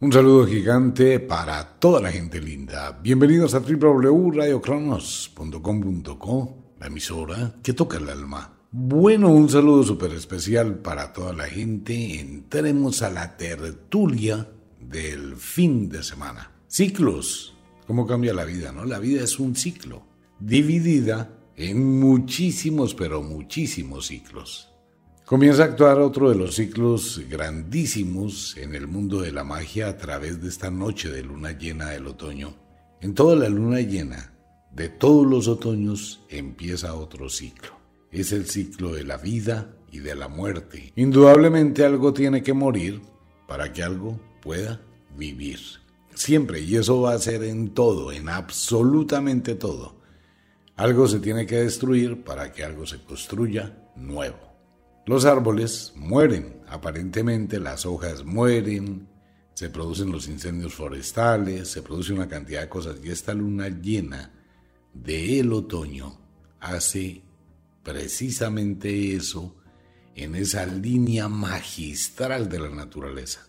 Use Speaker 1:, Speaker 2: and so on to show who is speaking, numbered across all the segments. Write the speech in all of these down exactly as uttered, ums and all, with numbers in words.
Speaker 1: Un saludo gigante para toda la gente linda. Bienvenidos a doble u doble u doble u punto radio cronos punto com punto co, la emisora que toca el alma. Bueno, un saludo súper especial para toda la gente. Entremos a la tertulia del fin de semana. Ciclos. ¿Cómo cambia la vida, no? La vida es un ciclo, dividida en muchísimos, pero muchísimos ciclos. Comienza a actuar otro de los ciclos grandísimos en el mundo de la magia a través de esta noche de luna llena del otoño. En toda la luna llena de todos los otoños empieza otro ciclo. Es el ciclo de la vida y de la muerte. Indudablemente algo tiene que morir para que algo pueda vivir. Siempre, y eso va a ser en todo, en absolutamente todo. Algo se tiene que destruir para que algo se construya nuevo. Los árboles mueren, aparentemente las hojas mueren, se producen los incendios forestales, se produce una cantidad de cosas y esta luna llena del otoño hace precisamente eso en esa línea magistral de la naturaleza.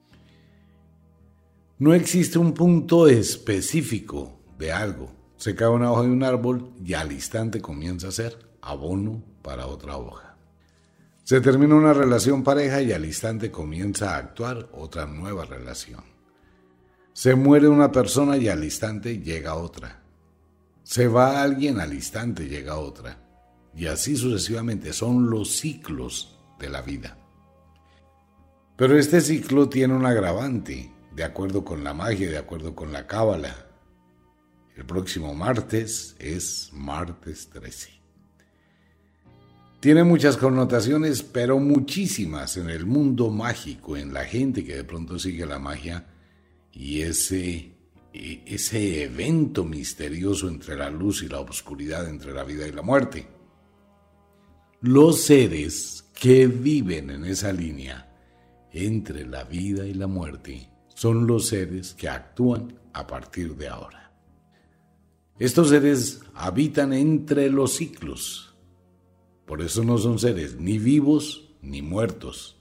Speaker 1: No existe un punto específico de algo. Se cae una hoja de un árbol y al instante comienza a ser abono para otra hoja. Se termina una relación pareja y al instante comienza a actuar otra nueva relación. Se muere una persona y al instante llega otra. Se va alguien, al instante llega otra. Y así sucesivamente son los ciclos de la vida. Pero este ciclo tiene un agravante, de acuerdo con la magia, de acuerdo con la cábala. El próximo martes es martes trece. Tiene muchas connotaciones, pero muchísimas en el mundo mágico, en la gente que de pronto sigue la magia y ese, ese evento misterioso entre la luz y la oscuridad, entre la vida y la muerte. Los seres que viven en esa línea entre la vida y la muerte son los seres que actúan a partir de ahora. Estos seres habitan entre los ciclos. Por eso no son seres ni vivos ni muertos.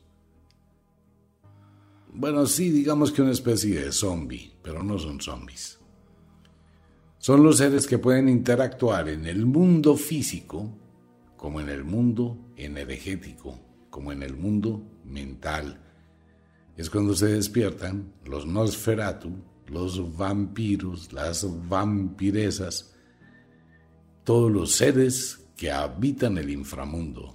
Speaker 1: Bueno, sí, digamos que una especie de zombie, pero no son zombies. Son los seres que pueden interactuar en el mundo físico, como en el mundo energético, como en el mundo mental. Es cuando se despiertan los Nosferatu, los vampiros, las vampiresas, todos los seres que habitan el inframundo.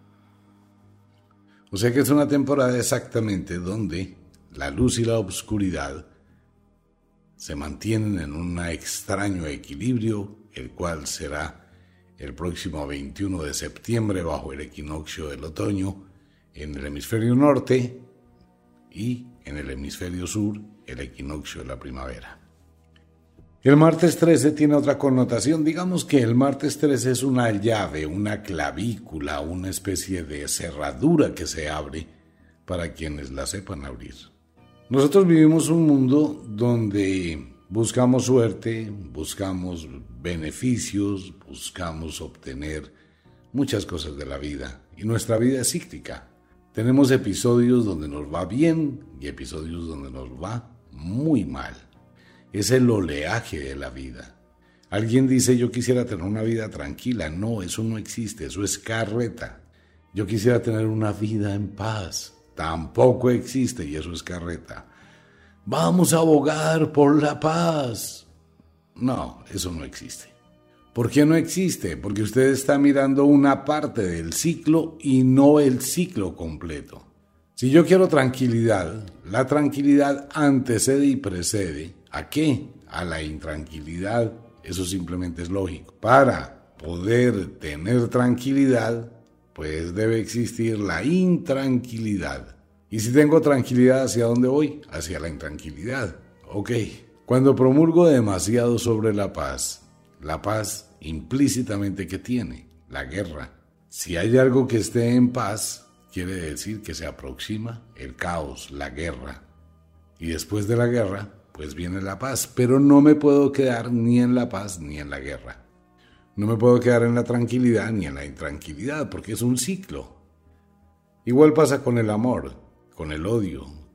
Speaker 1: O sea que es una temporada exactamente donde la luz y la oscuridad se mantienen en un extraño equilibrio, el cual será el próximo veintiuno de septiembre bajo el equinoccio del otoño en el hemisferio norte y en el hemisferio sur el equinoccio de la primavera. El martes trece tiene otra connotación. Digamos que el martes trece es una llave, una clavícula, una especie de cerradura que se abre para quienes la sepan abrir. Nosotros vivimos un mundo donde buscamos suerte, buscamos beneficios, buscamos obtener muchas cosas de la vida. Y nuestra vida es cíclica. Tenemos episodios donde nos va bien y episodios donde nos va muy mal. Es el oleaje de la vida. Alguien dice, yo quisiera tener una vida tranquila. No, eso no existe, eso es carreta. Yo quisiera tener una vida en paz. Tampoco existe y eso es carreta. Vamos a abogar por la paz. No, eso no existe. ¿Por qué no existe? Porque usted está mirando una parte del ciclo y no el ciclo completo. Si yo quiero tranquilidad, la tranquilidad antecede y precede ¿a qué? A la intranquilidad. Eso simplemente es lógico. Para poder tener tranquilidad, pues debe existir la intranquilidad. Y si tengo tranquilidad, ¿hacia dónde voy? Hacia la intranquilidad. Ok. Cuando promulgo demasiado sobre la paz, la paz implícitamente ¿qué tiene? La guerra. Si hay algo que esté en paz, quiere decir que se aproxima el caos, la guerra. Y después de la guerra, pues viene la paz. Pero no me puedo quedar ni en la paz ni en la guerra. No me puedo quedar en la tranquilidad ni en la intranquilidad, porque es un ciclo. Igual pasa con el amor, con el odio,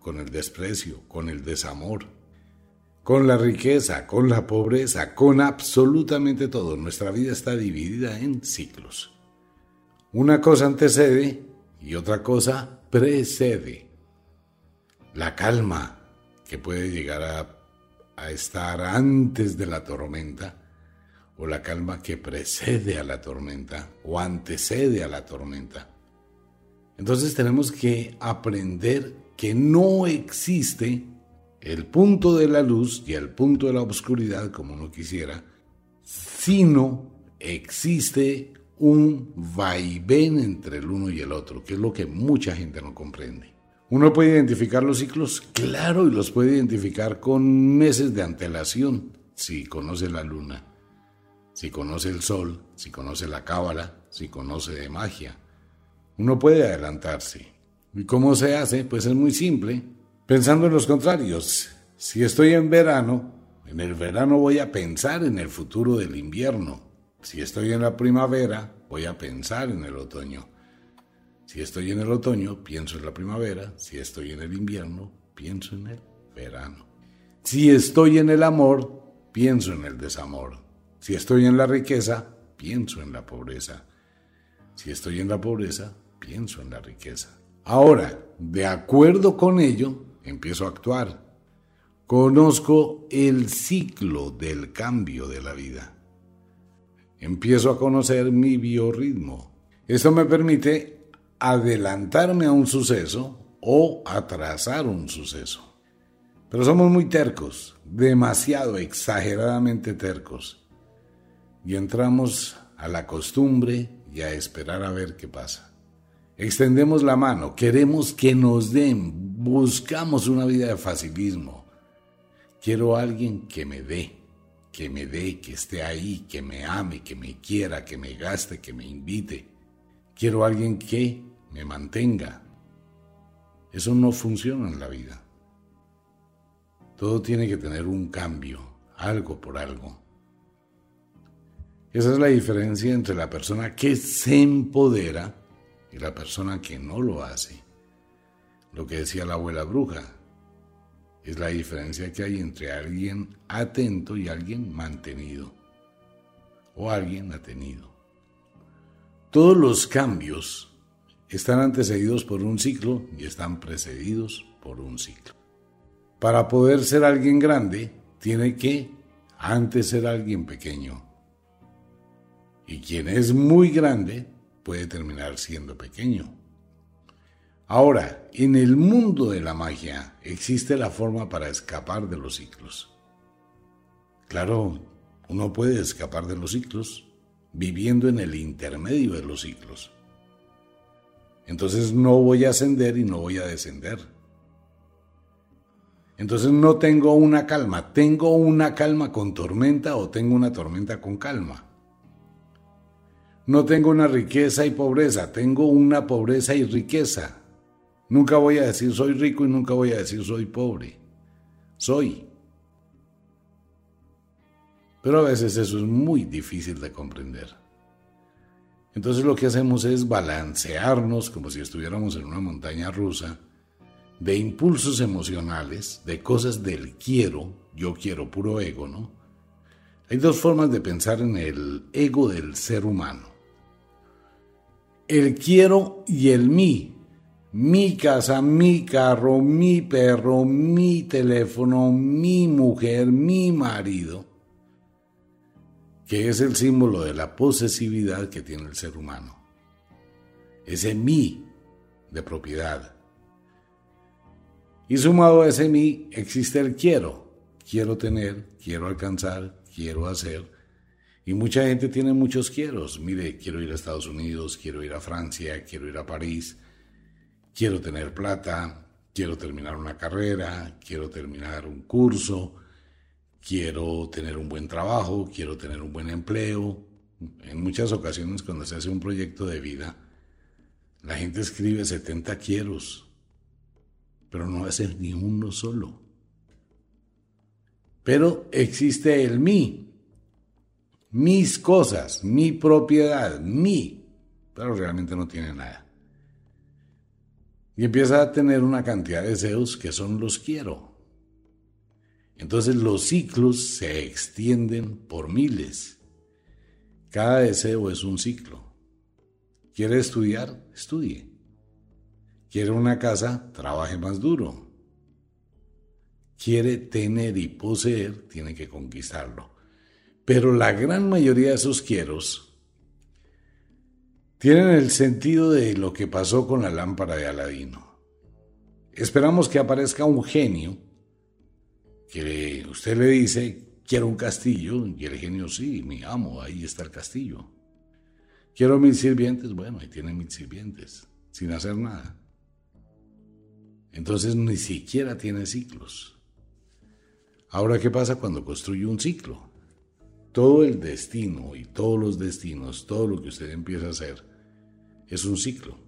Speaker 1: con el desprecio, con el desamor, con la riqueza, con la pobreza, con absolutamente todo. Nuestra vida está dividida en ciclos. Una cosa antecede y otra cosa precede. La calma que puede llegar a, a estar antes de la tormenta, o la calma que precede a la tormenta o antecede a la tormenta. Entonces tenemos que aprender que no existe el punto de la luz y el punto de la oscuridad, como uno quisiera, sino existe un vaivén entre el uno y el otro, que es lo que mucha gente no comprende. ¿Uno puede identificar los ciclos? Claro, y los puede identificar con meses de antelación, si conoce la luna, si conoce el sol, si conoce la cábala, si conoce de magia. Uno puede adelantarse. ¿Y cómo se hace? Pues es muy simple. Pensando en los contrarios. Si estoy en verano, en el verano voy a pensar en el futuro del invierno. Si estoy en la primavera, voy a pensar en el otoño. Si estoy en el otoño, pienso en la primavera. Si estoy en el invierno, pienso en el verano. Si estoy en el amor, pienso en el desamor. Si estoy en la riqueza, pienso en la pobreza. Si estoy en la pobreza, pienso en la riqueza. Ahora, de acuerdo con ello, empiezo a actuar. Conozco el ciclo del cambio de la vida. Empiezo a conocer mi biorritmo. Esto me permite adelantarme a un suceso o atrasar un suceso. Pero somos muy tercos, demasiado exageradamente tercos. Y entramos a la costumbre y a esperar a ver qué pasa. Extendemos la mano, queremos que nos den, buscamos una vida de facilismo. Quiero a alguien que me dé, que me dé, que esté ahí, que me ame, que me quiera, que me gaste, que me invite. Quiero a alguien que me mantenga. Eso no funciona en la vida. Todo tiene que tener un cambio, algo por algo. Esa es la diferencia entre la persona que se empodera y la persona que no lo hace. Lo que decía la abuela bruja, es la diferencia que hay entre alguien atento y alguien mantenido, o alguien atenido. Todos los cambios están antecedidos por un ciclo y están precedidos por un ciclo. Para poder ser alguien grande, tiene que antes ser alguien pequeño. Y quien es muy grande puede terminar siendo pequeño. Ahora, en el mundo de la magia existe la forma para escapar de los ciclos. Claro, uno puede escapar de los ciclos viviendo en el intermedio de los ciclos. Entonces no voy a ascender y no voy a descender. Entonces no tengo una calma, tengo una calma con tormenta o tengo una tormenta con calma. No tengo una riqueza y pobreza, tengo una pobreza y riqueza. Nunca voy a decir soy rico y nunca voy a decir soy pobre. Soy. Pero a veces eso es muy difícil de comprender. Entonces lo que hacemos es balancearnos como si estuviéramos en una montaña rusa de impulsos emocionales, de cosas del quiero, yo quiero, puro ego, ¿no? Hay dos formas de pensar en el ego del ser humano. El quiero y el mí. Mi casa, mi carro, mi perro, mi teléfono, mi mujer, mi marido, que es el símbolo de la posesividad que tiene el ser humano. Ese mí de propiedad. Y sumado a ese mí existe el quiero. Quiero tener, quiero alcanzar, quiero hacer. Y mucha gente tiene muchos quieros. Mire, quiero ir a Estados Unidos, quiero ir a Francia, quiero ir a París, quiero tener plata, quiero terminar una carrera, quiero terminar un curso, quiero tener un buen trabajo, quiero tener un buen empleo. En muchas ocasiones cuando se hace un proyecto de vida, la gente escribe setenta quieros, pero no hace ni uno solo. Pero existe el mí. Mis cosas, mi propiedad, mi, pero realmente no tiene nada. Y empieza a tener una cantidad de deseos que son los quiero. Entonces los ciclos se extienden por miles. Cada deseo es un ciclo. ¿Quiere estudiar? Estudie. ¿Quiere una casa? Trabaje más duro. Quiere tener y poseer, tiene que conquistarlo. Pero la gran mayoría de esos quieros tienen el sentido de lo que pasó con la lámpara de Aladino. Esperamos que aparezca un genio que usted le dice, quiero un castillo, y el genio, sí, mi amo, ahí está el castillo. Quiero mil sirvientes, bueno, ahí tiene mil sirvientes, sin hacer nada. Entonces ni siquiera tiene ciclos. Ahora, ¿qué pasa cuando construye un ciclo? Todo el destino y todos los destinos, todo lo que usted empieza a hacer, es un ciclo.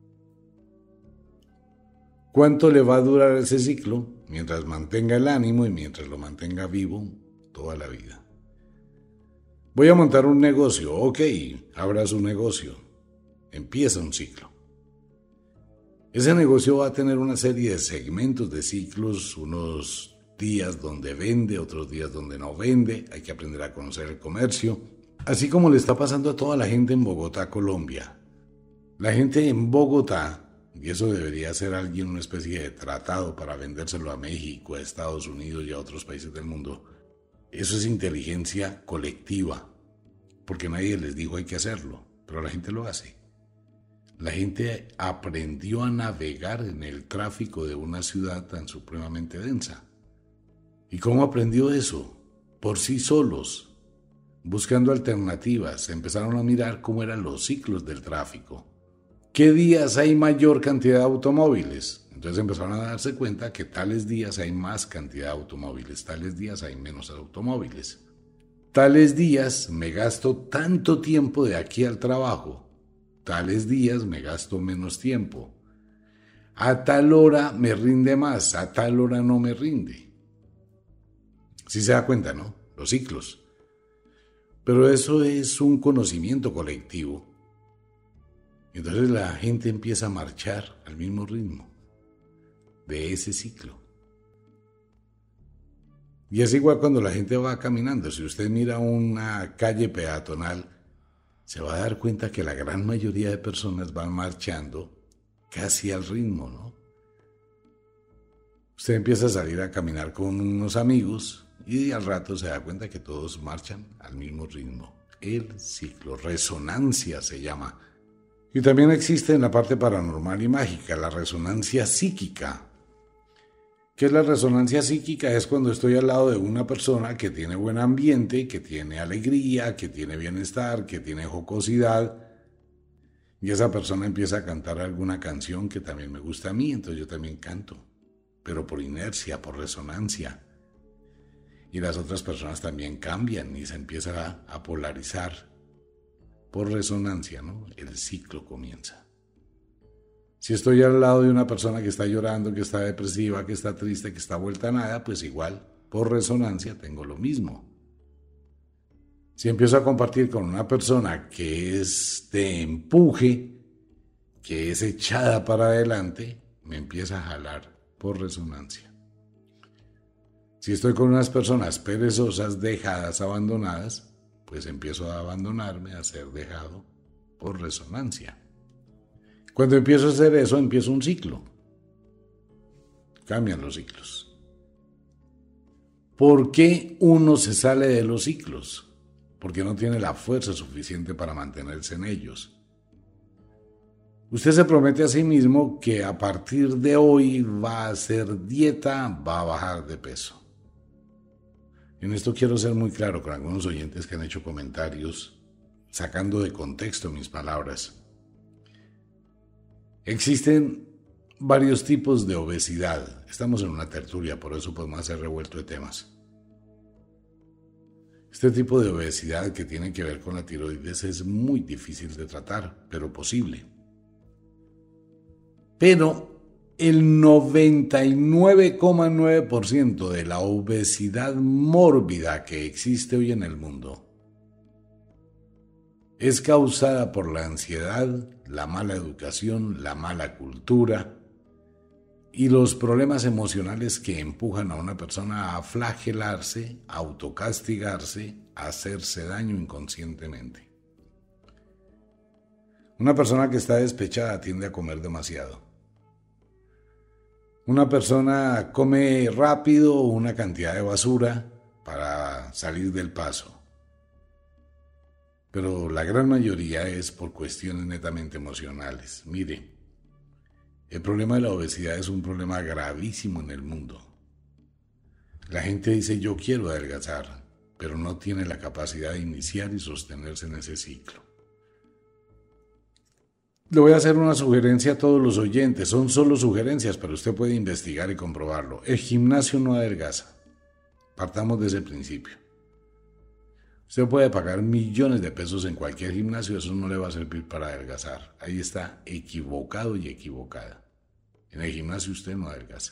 Speaker 1: ¿Cuánto le va a durar ese ciclo? Mientras mantenga el ánimo y mientras lo mantenga vivo toda la vida. Voy a montar un negocio, ok, abra su negocio. Empieza un ciclo. Ese negocio va a tener una serie de segmentos de ciclos, unos días donde vende, otros días donde no vende, hay que aprender a conocer el comercio, así como le está pasando a toda la gente en Bogotá, Colombia. La gente en Bogotá, y eso debería ser alguien, una especie de tratado para vendérselo a México, a Estados Unidos y a otros países del mundo, eso es inteligencia colectiva, porque nadie les dijo hay que hacerlo, pero la gente lo hace. La gente aprendió a navegar en el tráfico de una ciudad tan supremamente densa. ¿Y cómo aprendió eso? Por sí solos, buscando alternativas. Empezaron a mirar cómo eran los ciclos del tráfico. ¿Qué días hay mayor cantidad de automóviles? Entonces empezaron a darse cuenta que tales días hay más cantidad de automóviles, tales días hay menos automóviles. Tales días me gasto tanto tiempo de aquí al trabajo, tales días me gasto menos tiempo. A tal hora me rinde más, a tal hora no me rinde. Sí se da cuenta, ¿no? Los ciclos. Pero eso es un conocimiento colectivo. Entonces la gente empieza a marchar al mismo ritmo de ese ciclo. Y es igual cuando la gente va caminando. Si usted mira una calle peatonal, se va a dar cuenta que la gran mayoría de personas van marchando casi al ritmo, ¿no? Usted empieza a salir a caminar con unos amigos y al rato se da cuenta que todos marchan al mismo ritmo. El ciclo, resonancia se llama. Y también existe en la parte paranormal y mágica la resonancia psíquica. ¿Qué es la resonancia psíquica? Es cuando estoy al lado de una persona que tiene buen ambiente, que tiene alegría, que tiene bienestar, que tiene jocosidad, y esa persona empieza a cantar alguna canción que también me gusta a mí, entonces yo también canto, pero por inercia, por resonancia. Y las otras personas también cambian y se empieza a, a polarizar por resonancia, ¿no? El ciclo comienza. Si estoy al lado de una persona que está llorando, que está depresiva, que está triste, que está vuelta a nada, pues igual, por resonancia, tengo lo mismo. Si empiezo a compartir con una persona que es de empuje, que es echada para adelante, me empieza a jalar por resonancia. Si estoy con unas personas perezosas, dejadas, abandonadas, pues empiezo a abandonarme, a ser dejado por resonancia. Cuando empiezo a hacer eso, empiezo un ciclo. Cambian los ciclos. ¿Por qué uno se sale de los ciclos? Porque no tiene la fuerza suficiente para mantenerse en ellos. Usted se promete a sí mismo que a partir de hoy va a hacer dieta, va a bajar de peso. En esto quiero ser muy claro con algunos oyentes que han hecho comentarios sacando de contexto mis palabras. Existen varios tipos de obesidad. Estamos en una tertulia, por eso podemos hacer revuelto de temas. Este tipo de obesidad que tiene que ver con la tiroides es muy difícil de tratar, pero posible. Pero el noventa y nueve coma nueve por ciento de la obesidad mórbida que existe hoy en el mundo es causada por la ansiedad, la mala educación, la mala cultura, y los problemas emocionales que empujan a una persona a flagelarse, a autocastigarse, a hacerse daño inconscientemente. Una persona que está despechada tiende a comer demasiado. Una persona come rápido una cantidad de basura para salir del paso. Pero la gran mayoría es por cuestiones netamente emocionales. Mire, el problema de la obesidad es un problema gravísimo en el mundo. La gente dice yo quiero adelgazar, pero no tiene la capacidad de iniciar y sostenerse en ese ciclo. Le voy a hacer una sugerencia a todos los oyentes, son solo sugerencias, pero usted puede investigar y comprobarlo. El gimnasio no adelgaza. Partamos de ese principio. Usted puede pagar millones de pesos en cualquier gimnasio, eso no le va a servir para adelgazar. Ahí está equivocado y equivocada. En el gimnasio usted no adelgaza.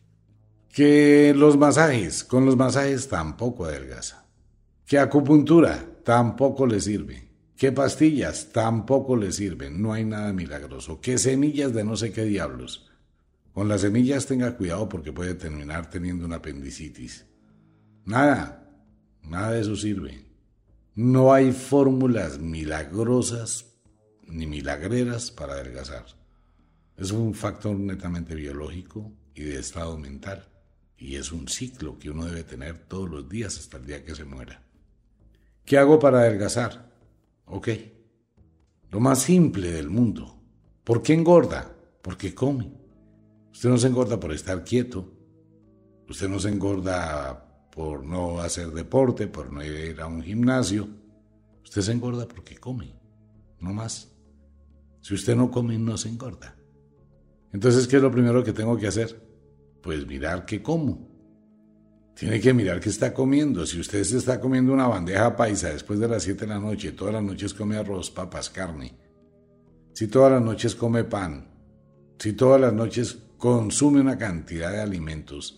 Speaker 1: Que los masajes, con los masajes tampoco adelgaza. Que acupuntura tampoco le sirve. Que pastillas tampoco le sirven, no hay nada milagroso. Que semillas de no sé qué diablos. Con las semillas tenga cuidado porque puede terminar teniendo una apendicitis. Nada, nada de eso sirve. No hay fórmulas milagrosas ni milagreras para adelgazar. Es un factor netamente biológico y de estado mental. Y es un ciclo que uno debe tener todos los días hasta el día que se muera. ¿Qué hago para adelgazar? Ok. Lo más simple del mundo. ¿Por qué engorda? Porque come. Usted no se engorda por estar quieto. Usted no se engorda por no hacer deporte, por no ir a un gimnasio. Usted se engorda porque come, no más. Si usted no come, no se engorda. Entonces, ¿qué es lo primero que tengo que hacer? Pues mirar qué como. Tiene que mirar qué está comiendo. Si usted se está comiendo una bandeja paisa después de las siete de la noche, todas las noches come arroz, papas, carne. Si todas las noches come pan, si todas las noches consume una cantidad de alimentos,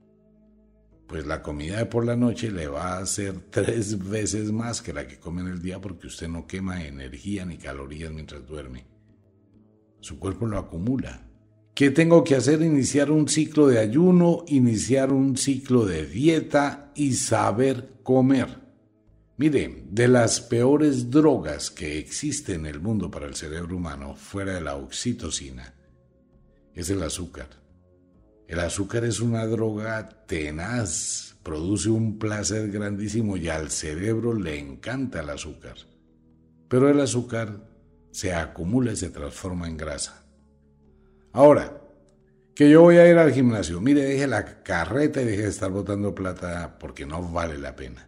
Speaker 1: pues la comida de por la noche le va a hacer tres veces más que la que come en el día porque usted no quema energía ni calorías mientras duerme. Su cuerpo lo acumula. ¿Qué tengo que hacer? Iniciar un ciclo de ayuno, iniciar un ciclo de dieta y saber comer. Mire, de las peores drogas que existen en el mundo para el cerebro humano, fuera de la oxitocina, es el azúcar. El azúcar es una droga tenaz, produce un placer grandísimo y al cerebro le encanta el azúcar. Pero el azúcar se acumula y se transforma en grasa. Ahora, que yo voy a ir al gimnasio, mire, deje la carreta y deje de estar botando plata porque no vale la pena.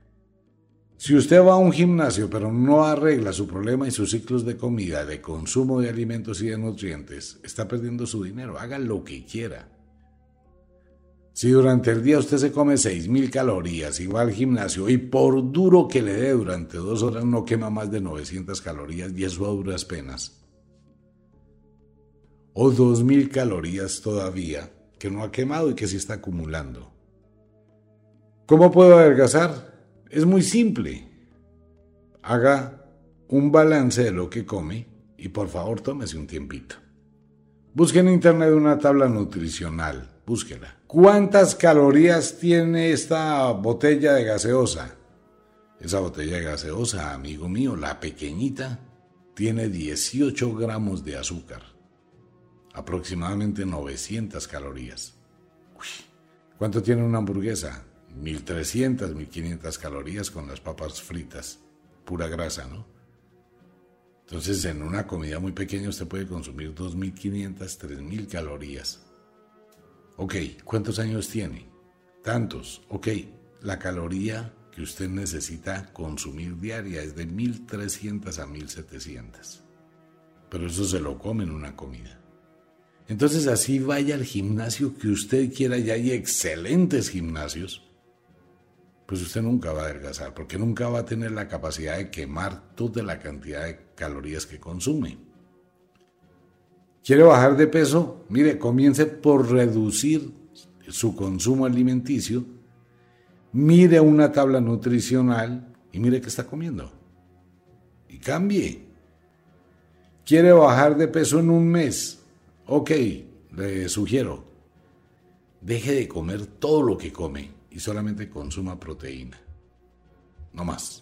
Speaker 1: Si usted va a un gimnasio pero no arregla su problema y sus ciclos de comida, de consumo de alimentos y de nutrientes, está perdiendo su dinero, haga lo que quiera. Si durante el día usted se come seis mil calorías y va al gimnasio y por duro que le dé durante dos horas no quema más de novecientas calorías y eso a duras penas. O dos mil calorías todavía que no ha quemado y que se está acumulando. ¿Cómo puedo adelgazar? Es muy simple. Haga un balance de lo que come y por favor tómese un tiempito. Busque en internet una tabla nutricional, búsquela. ¿Cuántas calorías tiene esta botella de gaseosa? Esa botella de gaseosa, amigo mío, la pequeñita, tiene dieciocho gramos de azúcar. Aproximadamente novecientas calorías. Uy, ¿cuánto tiene una hamburguesa? mil trescientas, mil quinientas calorías con las papas fritas. Pura grasa, ¿no? Entonces, en una comida muy pequeña usted puede consumir dos mil quinientas, tres mil calorías. Ok, ¿cuántos años tiene? Tantos. Ok, la caloría que usted necesita consumir diaria es de mil trescientas a mil setecientas. Pero eso se lo come en una comida. Entonces así vaya al gimnasio que usted quiera, y hay excelentes gimnasios, pues usted nunca va a adelgazar, porque nunca va a tener la capacidad de quemar toda la cantidad de calorías que consume. ¿Quiere bajar de peso? Mire, comience por reducir su consumo alimenticio, mire una tabla nutricional y mire qué está comiendo. Y cambie. ¿Quiere bajar de peso en un mes? Ok, le sugiero, deje de comer todo lo que come y solamente consuma proteína. No más.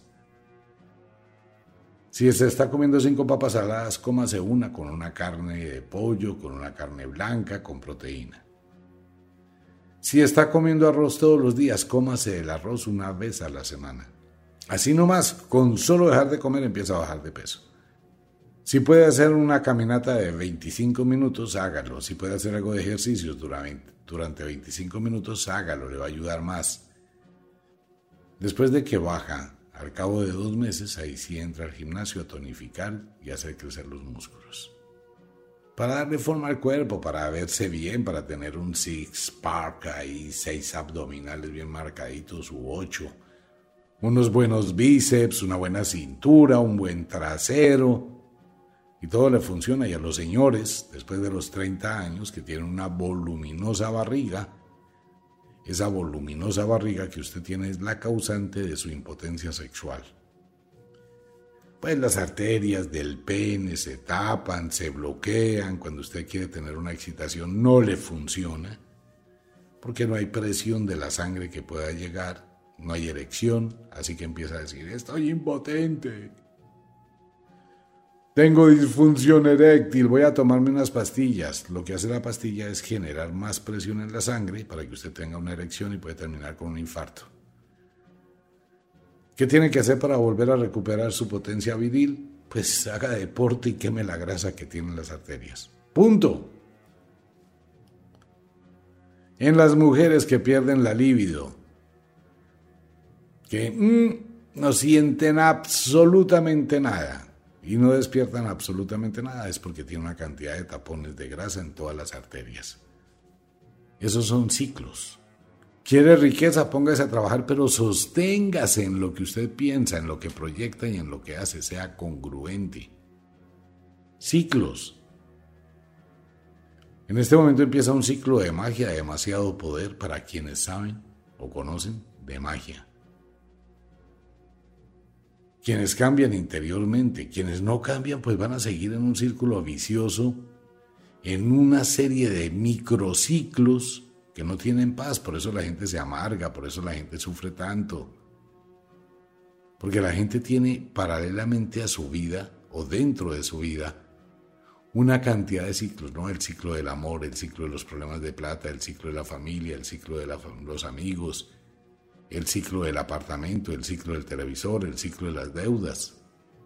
Speaker 1: Si se está comiendo cinco papas saladas, cómase una con una carne de pollo, con una carne blanca, con proteína. Si está comiendo arroz todos los días, cómase el arroz una vez a la semana. Así nomás, con solo dejar de comer empieza a bajar de peso. Si puede hacer una caminata de veinticinco minutos, hágalo. Si puede hacer algo de ejercicios durante veinticinco minutos, hágalo, le va a ayudar más. Después de que baja, al cabo de dos meses, ahí sí entra al gimnasio a tonificar y hacer crecer los músculos. Para darle forma al cuerpo, para verse bien, para tener un six-pack ahí, seis abdominales bien marcaditos u ocho, unos buenos bíceps, una buena cintura, un buen trasero, y todo le funciona. Y a los señores, después de los treinta años, que tienen una voluminosa barriga, esa voluminosa barriga que usted tiene es la causante de su impotencia sexual. Pues las arterias del pene se tapan, se bloquean, cuando usted quiere tener una excitación no le funciona, porque no hay presión de la sangre que pueda llegar, no hay erección, así que empieza a decir, estoy impotente, tengo disfunción eréctil, voy a tomarme unas pastillas. Lo que hace la pastilla es generar más presión en la sangre para que usted tenga una erección y puede terminar con un infarto. ¿Qué tiene que hacer para volver a recuperar su potencia viril? Pues haga deporte y queme la grasa que tienen las arterias. Punto. En las mujeres que pierden la libido, que mmm, no sienten absolutamente nada y no despiertan absolutamente nada, es porque tienen una cantidad de tapones de grasa en todas las arterias. Esos son ciclos. ¿Quiere riqueza? Póngase a trabajar, pero sosténgase en lo que usted piensa, en lo que proyecta y en lo que hace, sea congruente. Ciclos. En este momento empieza un ciclo de magia, de demasiado poder para quienes saben o conocen de magia. Quienes cambian interiormente, quienes no cambian, pues van a seguir en un círculo vicioso, en una serie de microciclos que no tienen paz. Por eso la gente se amarga, por eso la gente sufre tanto. Porque la gente tiene paralelamente a su vida, o dentro de su vida, una cantidad de ciclos, ¿no? El ciclo del amor, el ciclo de los problemas de plata, el ciclo de la familia, el ciclo de la, los amigos, el ciclo del apartamento, el ciclo del televisor, el ciclo de las deudas.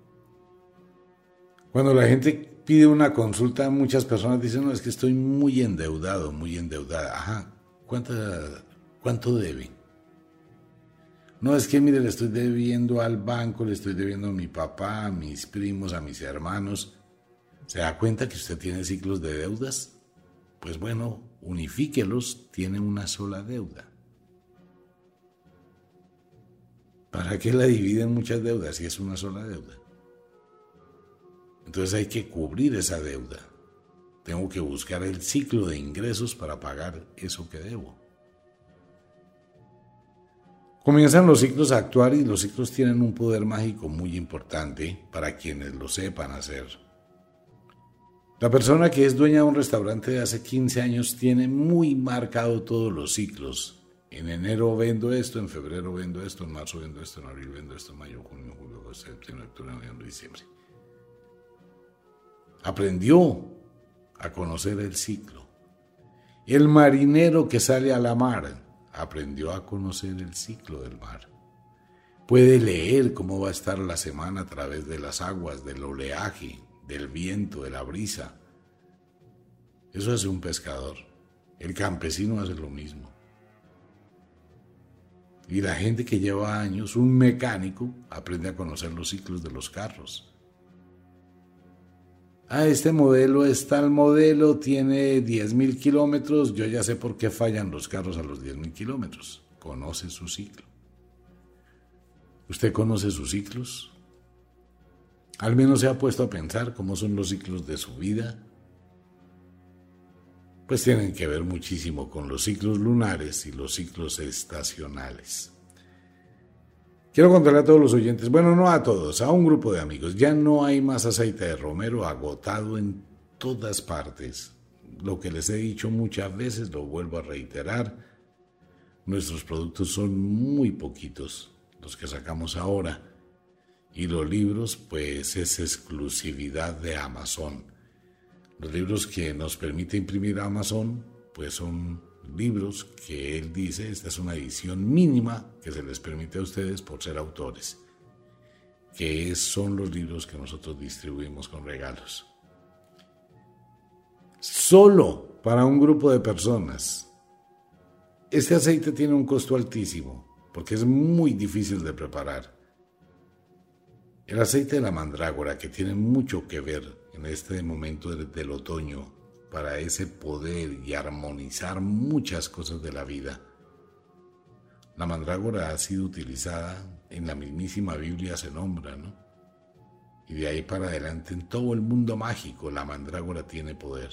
Speaker 1: Cuando la gente pide una consulta, muchas personas dicen, no, es que estoy muy endeudado, muy endeudada. Ajá, ¿cuánta, cuánto debe? No, es que mire, le estoy debiendo al banco, le estoy debiendo a mi papá, a mis primos, a mis hermanos. ¿Se da cuenta que usted tiene ciclos de deudas? Pues bueno, unifíquelos, tiene una sola deuda. ¿Para qué la divide en muchas deudas si es una sola deuda? Entonces hay que cubrir esa deuda. Tengo que buscar el ciclo de ingresos para pagar eso que debo. Comienzan los ciclos a actuar y los ciclos tienen un poder mágico muy importante para quienes lo sepan hacer. La persona que es dueña de un restaurante de hace quince años tiene muy marcado todos los ciclos. En enero vendo esto, en febrero vendo esto, en marzo vendo esto, en abril vendo esto, en mayo, junio, julio, agosto, septiembre, octubre, noviembre, diciembre. Aprendió a conocer el ciclo. El marinero que sale a la mar aprendió a conocer el ciclo del mar. Puede leer cómo va a estar la semana a través de las aguas, del oleaje, del viento, de la brisa. Eso hace un pescador. El campesino hace lo mismo. Y la gente que lleva años, un mecánico, aprende a conocer los ciclos de los carros. Ah, este modelo es tal modelo, tiene diez mil kilómetros, yo ya sé por qué fallan los carros a los diez mil kilómetros. Conoce su ciclo. ¿Usted conoce sus ciclos? ¿Al menos se ha puesto a pensar cómo son los ciclos de su vida? Pues tienen que ver muchísimo con los ciclos lunares y los ciclos estacionales. Quiero contarle a todos los oyentes, bueno, no a todos, a un grupo de amigos, ya no hay más aceite de romero agotado en todas partes. lo que les he dicho muchas veces, lo vuelvo a reiterar, nuestros productos son muy poquitos, los que sacamos ahora, y los libros pues es exclusividad de Amazon. Los libros que nos permite imprimir Amazon pues son libros que él dice, esta es una edición mínima que se les permite a ustedes por ser autores, que son los libros que nosotros distribuimos con regalos. Solo para un grupo de personas. Este aceite tiene un costo altísimo porque es muy difícil de preparar. El aceite de la mandrágora, que tiene mucho que ver en este momento del otoño para ese poder y armonizar muchas cosas de la vida. La mandrágora ha sido utilizada en la mismísima Biblia, se nombra, ¿no? Y de ahí para adelante en todo el mundo mágico la mandrágora tiene poder.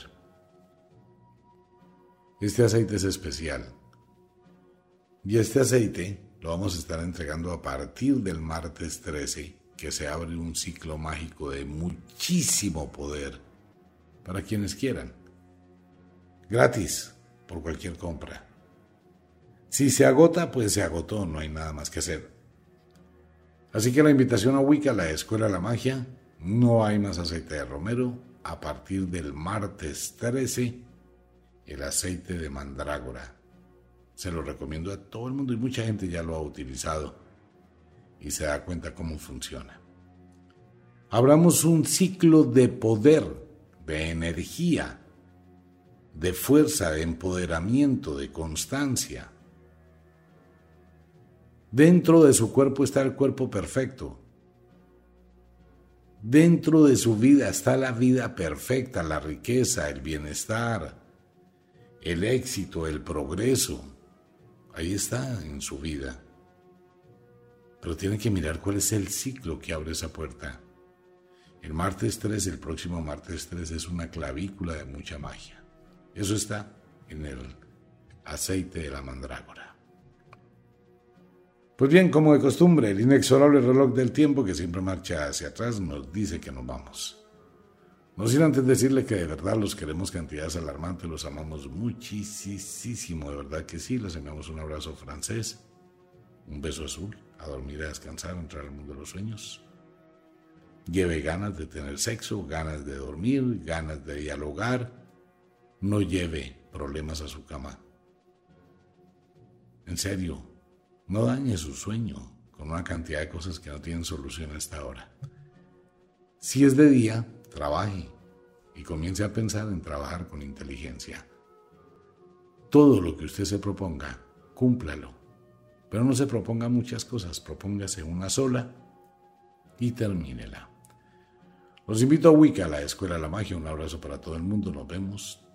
Speaker 1: Este aceite es especial. Y este aceite lo vamos a estar entregando a partir del martes trece, que se abre un ciclo mágico de muchísimo poder para quienes quieran. Gratis, por cualquier compra. Si se agota, pues se agotó, no hay nada más que hacer. Así que la invitación a Wicca, la Escuela de la Magia, no hay más aceite de romero. A partir del martes trece, el aceite de mandrágora. Se lo recomiendo a todo el mundo y mucha gente ya lo ha utilizado y se da cuenta cómo funciona. Abramos un ciclo de poder, de energía, de fuerza, de empoderamiento, de constancia. Dentro de su cuerpo está el cuerpo perfecto. Dentro de su vida está la vida perfecta, la riqueza, el bienestar, el éxito, el progreso. Ahí está en su vida. Pero tiene que mirar cuál es el ciclo que abre esa puerta. El martes tres, el próximo martes tres, es una clavícula de mucha magia. Eso está en el aceite de la mandrágora. Pues bien, como de costumbre, el inexorable reloj del tiempo que siempre marcha hacia atrás nos dice que nos vamos. No sin antes decirle que de verdad los queremos cantidades alarmantes, los amamos muchísimo, de verdad que sí. Les enviamos un abrazo francés, un beso azul, a dormir, a descansar, a entrar al mundo de los sueños. Lleve ganas de tener sexo, ganas de dormir, ganas de dialogar. No lleve problemas a su cama. En serio, no dañe su sueño con una cantidad de cosas que no tienen solución hasta ahora. Si es de día, trabaje y comience a pensar en trabajar con inteligencia. Todo lo que usted se proponga, cúmplalo. Pero no se proponga muchas cosas, propóngase una sola y termínela. Los invito a Wicca, la Escuela de la Magia. Un abrazo para todo el mundo. Nos vemos